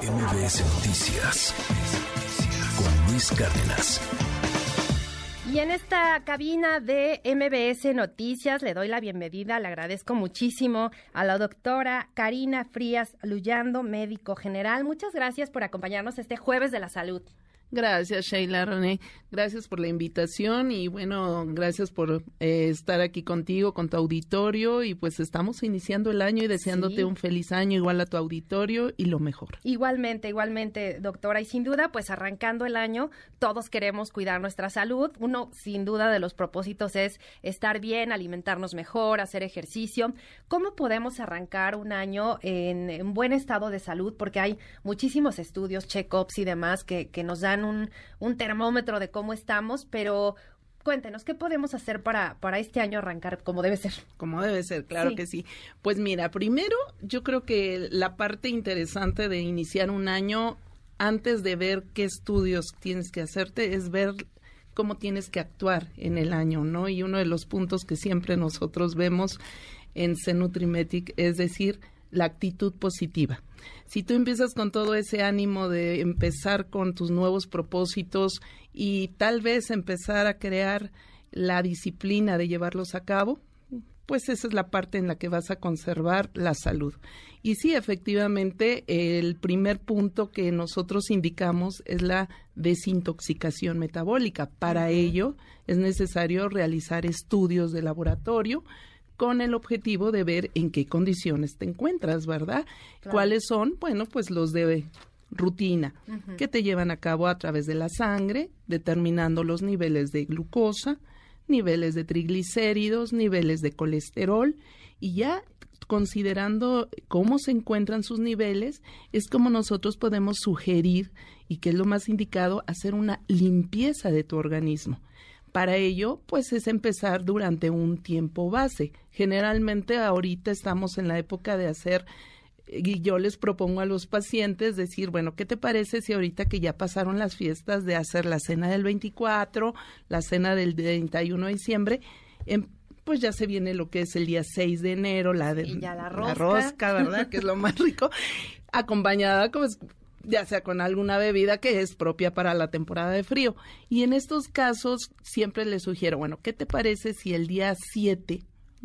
MBS Noticias con Luis Cárdenas. Y en esta cabina de MBS Noticias le doy la bienvenida, le agradezco muchísimo a la doctora Karina Frías Luyando, médico general. Muchas gracias por acompañarnos este Jueves de la Salud. Gracias, Sheila, René. Gracias por la invitación y bueno, gracias por estar aquí contigo, con tu auditorio y pues estamos iniciando el año y deseándote un feliz año igual a tu auditorio y lo mejor. Igualmente, doctora. Y sin duda, pues arrancando el año, todos queremos cuidar nuestra salud. Uno, sin duda, de los propósitos es estar bien, alimentarnos mejor, hacer ejercicio. ¿Cómo podemos arrancar un año en buen estado de salud? Porque hay muchísimos estudios, check-ups y demás que nos dan un termómetro de cómo estamos, pero cuéntenos, ¿qué podemos hacer para este año arrancar como debe ser? Como debe ser, claro que sí. Pues mira, primero yo creo que la parte interesante de iniciar un año, antes de ver qué estudios tienes que hacerte, es ver cómo tienes que actuar en el año, ¿no? Y uno de los puntos que siempre nosotros vemos en Zenutrimetic es decir, la actitud positiva. Si tú empiezas con todo ese ánimo de empezar con tus nuevos propósitos y tal vez empezar a crear la disciplina de llevarlos a cabo, pues esa es la parte en la que vas a conservar la salud. Y sí, efectivamente, el primer punto que nosotros indicamos es la desintoxicación metabólica. Para ello es necesario realizar estudios de laboratorio con el objetivo de ver en qué condiciones te encuentras, ¿verdad? Claro. ¿Cuáles son? Bueno, pues los de rutina, que te llevan a cabo a través de la sangre, determinando los niveles de glucosa, niveles de triglicéridos, niveles de colesterol, y ya considerando cómo se encuentran sus niveles, es como nosotros podemos sugerir, y que es lo más indicado, hacer una limpieza de tu organismo. Para ello, pues es empezar durante un tiempo base. Generalmente ahorita estamos en la época de hacer, y yo les propongo a los pacientes decir, bueno, ¿qué te parece si ahorita que ya pasaron las fiestas de hacer la cena del 24, la cena del 31 de diciembre, pues ya se viene lo que es el día 6 de enero, la rosca, ¿verdad? Que es lo más rico, acompañada pues, ya sea con alguna bebida que es propia para la temporada de frío. Y en estos casos siempre les sugiero, bueno, ¿qué te parece si el día 7,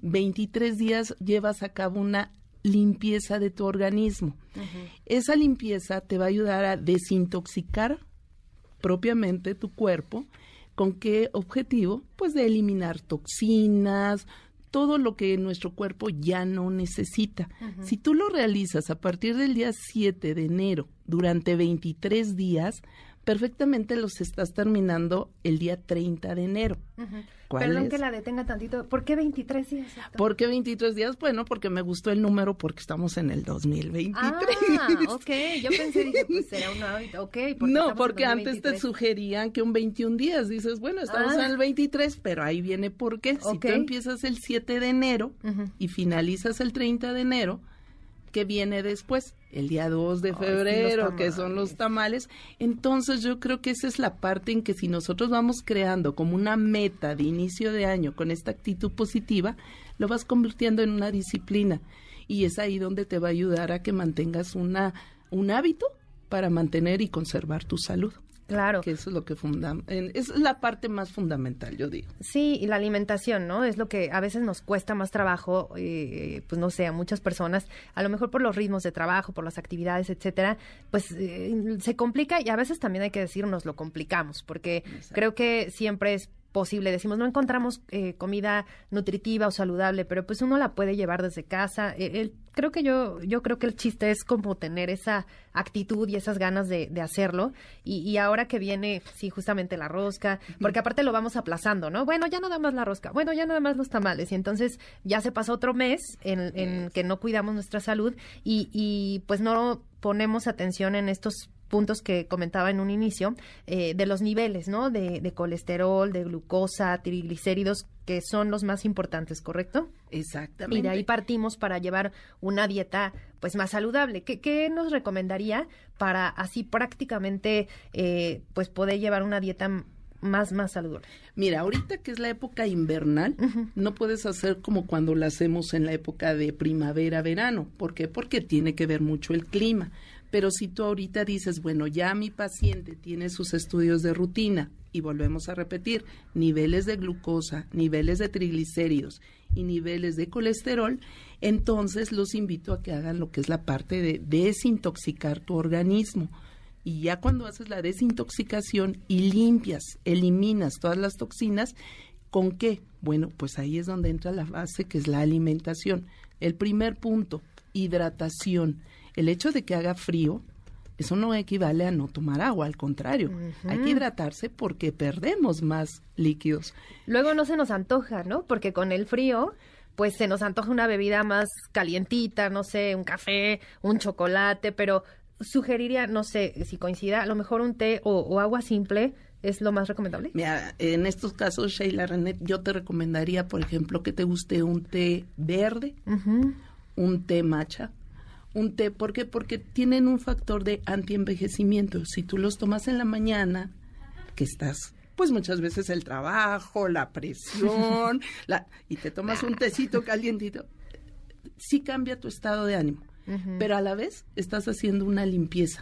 23 días llevas a cabo una limpieza de tu organismo? Esa limpieza te va a ayudar a desintoxicar propiamente tu cuerpo. ¿Con qué objetivo? Pues de eliminar toxinas, todo lo que nuestro cuerpo ya no necesita. Si tú lo realizas a partir del día 7 de enero durante 23 días, perfectamente los estás terminando el día 30 de enero. Perdón que la detenga tantito. ¿Por qué 23 días? ¿Por qué 23 días? Bueno, porque me gustó el número porque estamos en el 2023. Ok. Yo pensé, dije, pues será un hábito. Ok. No, porque antes te sugerían que un 21 días. Dices, bueno, estamos en el 23, pero ahí viene por qué. Si tú empiezas el 7 de enero y finalizas el 30 de enero, ¿qué viene después? El día 2 de febrero, que son los tamales. Entonces yo creo que esa es la parte en que si nosotros vamos creando como una meta de inicio de año con esta actitud positiva, lo vas convirtiendo en una disciplina. Y es ahí donde te va a ayudar a que mantengas un hábito para mantener y conservar tu salud. Claro. Que eso es lo que es la parte más fundamental, yo digo. Sí, y la alimentación, ¿no? Es lo que a veces nos cuesta más trabajo, pues no sé, a muchas personas, a lo mejor por los ritmos de trabajo, por las actividades, etcétera, pues se complica y a veces también hay que decir nos lo complicamos, porque creo que siempre es posible, decimos, no encontramos comida nutritiva o saludable, pero pues uno la puede llevar desde casa. Creo que yo creo que el chiste es como tener esa actitud y esas ganas de hacerlo, y ahora que viene, sí, justamente la rosca, porque aparte lo vamos aplazando, ¿no? Bueno, ya nada más la rosca, bueno, ya nada más los tamales, y entonces ya se pasó otro mes en que no cuidamos nuestra salud y pues no ponemos atención en estos puntos que comentaba en un inicio, de los niveles, ¿no? De colesterol, de glucosa, triglicéridos, que son los más importantes, ¿correcto? Exactamente. Y de ahí partimos para llevar una dieta pues más saludable. ¿Qué nos recomendaría para así prácticamente pues poder llevar una dieta más saludable? Mira, ahorita que es la época invernal, no puedes hacer como cuando la hacemos en la época de primavera, verano. ¿Por qué? Porque tiene que ver mucho el clima. Pero si tú ahorita dices, bueno, ya mi paciente tiene sus estudios de rutina y volvemos a repetir, niveles de glucosa, niveles de triglicéridos y niveles de colesterol, entonces los invito a que hagan lo que es la parte de desintoxicar tu organismo. Y ya cuando haces la desintoxicación y limpias, eliminas todas las toxinas, ¿con qué? Bueno, pues ahí es donde entra la base, que es la alimentación. El primer punto, hidratación. El hecho de que haga frío, eso no equivale a no tomar agua, al contrario. Hay que hidratarse porque perdemos más líquidos. Luego no se nos antoja, ¿no? Porque con el frío, pues se nos antoja una bebida más calientita, no sé, un café, un chocolate, pero sugeriría, no sé si coincida, a lo mejor un té o agua simple es lo más recomendable. Mira, en estos casos, Sheila, René, yo te recomendaría, por ejemplo, que te guste un té verde, un té matcha, un té, ¿por qué? Porque tienen un factor de antienvejecimiento. Si tú los tomas en la mañana, que estás, pues muchas veces el trabajo, la presión, y te tomas un tecito calientito, sí cambia tu estado de ánimo, pero a la vez estás haciendo una limpieza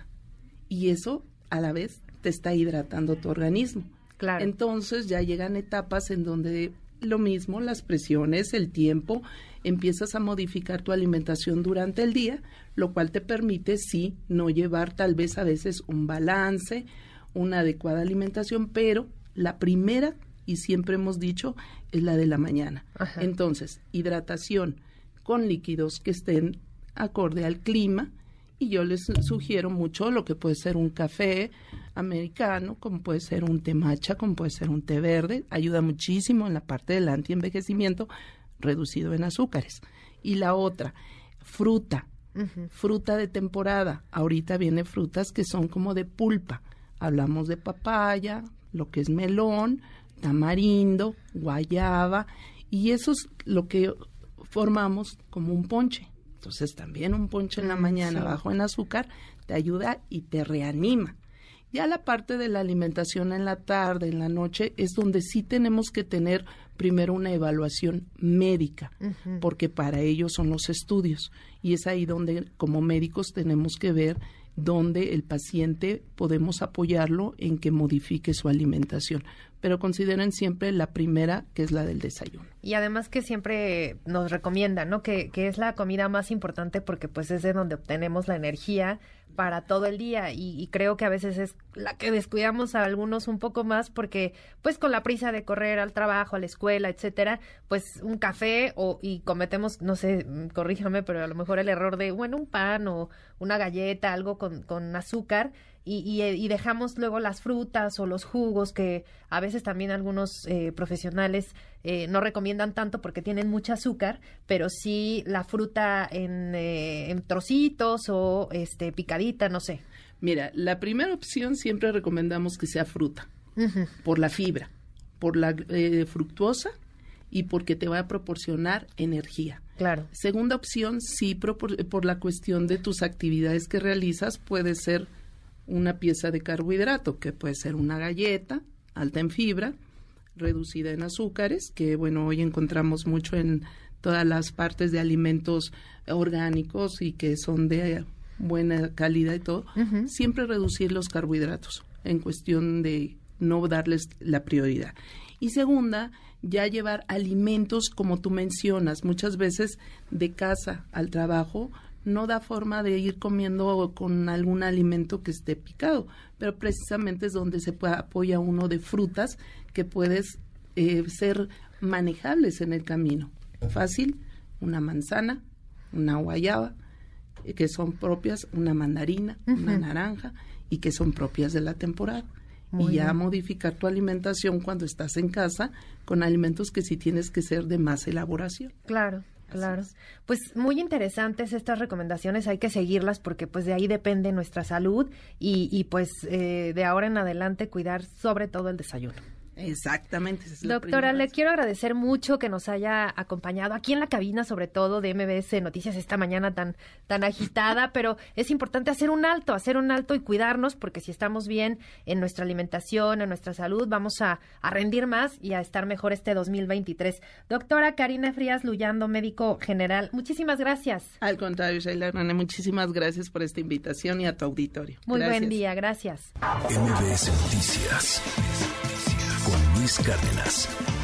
y eso a la vez te está hidratando tu organismo. Claro. Entonces ya llegan etapas en donde lo mismo, las presiones, el tiempo, empiezas a modificar tu alimentación durante el día, lo cual te permite, sí, no llevar tal vez a veces un balance, una adecuada alimentación, pero la primera, y siempre hemos dicho, es la de la mañana. Ajá. Entonces, hidratación con líquidos que estén acorde al clima, y yo les sugiero mucho lo que puede ser un café americano, como puede ser un té matcha, como puede ser un té verde, ayuda muchísimo en la parte del antienvejecimiento, reducido en azúcares. Y la otra, fruta, fruta de temporada. Ahorita vienen frutas que son como de pulpa. Hablamos de papaya, lo que es melón, tamarindo, guayaba, y eso es lo que formamos como un ponche. Entonces también un ponche en la mañana bajo en azúcar te ayuda y te reanima. Ya la parte de la alimentación en la tarde, en la noche, es donde sí tenemos que tener primero una evaluación médica, porque para ello son los estudios. Y es ahí donde como médicos tenemos que ver dónde el paciente podemos apoyarlo en que modifique su alimentación. Pero consideren siempre la primera, que es la del desayuno. Y además que siempre nos recomiendan, ¿no? Que es la comida más importante porque pues es de donde obtenemos la energía para todo el día y creo que a veces es la que descuidamos a algunos un poco más porque pues con la prisa de correr al trabajo, a la escuela, etcétera, pues un café y cometemos, no sé, corríjame, pero a lo mejor el error de, bueno, un pan o una galleta, algo con azúcar y dejamos luego las frutas o los jugos que a veces también algunos profesionales no recomiendan tanto porque tienen mucho azúcar, pero sí la fruta en trocitos o picadita, no sé. Mira, la primera opción siempre recomendamos que sea fruta, por la fibra, por la fructuosa y porque te va a proporcionar energía. Claro. Segunda opción, sí, por la cuestión de tus actividades que realizas, puede ser una pieza de carbohidrato, que puede ser una galleta alta en fibra, reducida en azúcares, que bueno, hoy encontramos mucho en todas las partes de alimentos orgánicos y que son de buena calidad y todo. Siempre reducir los carbohidratos en cuestión de no darles la prioridad. Y segunda, ya llevar alimentos como tú mencionas, muchas veces de casa al trabajo no da forma de ir comiendo con algún alimento que esté picado, pero precisamente es donde se apoya uno de frutas que puedes ser manejables en el camino. Fácil, una manzana, una guayaba, que son propias, una mandarina, una naranja, y que son propias de la temporada. Muy y ya bien. Modificar tu alimentación cuando estás en casa con alimentos que sí tienes que ser de más elaboración. Claro. Claro, pues muy interesantes estas recomendaciones, hay que seguirlas porque pues de ahí depende nuestra salud y pues de ahora en adelante cuidar sobre todo el desayuno. Exactamente. Doctora, le quiero agradecer mucho que nos haya acompañado aquí en la cabina, sobre todo de MBS Noticias, esta mañana tan agitada, pero es importante hacer un alto y cuidarnos, porque si estamos bien en nuestra alimentación, en nuestra salud, vamos a rendir más y a estar mejor este 2023. Doctora Karina Frías Luyando, médico general, muchísimas gracias. Al contrario, Sheila Hernández, muchísimas gracias por esta invitación y a tu auditorio. Muy buen día, gracias. MBS Noticias con Luis Cárdenas.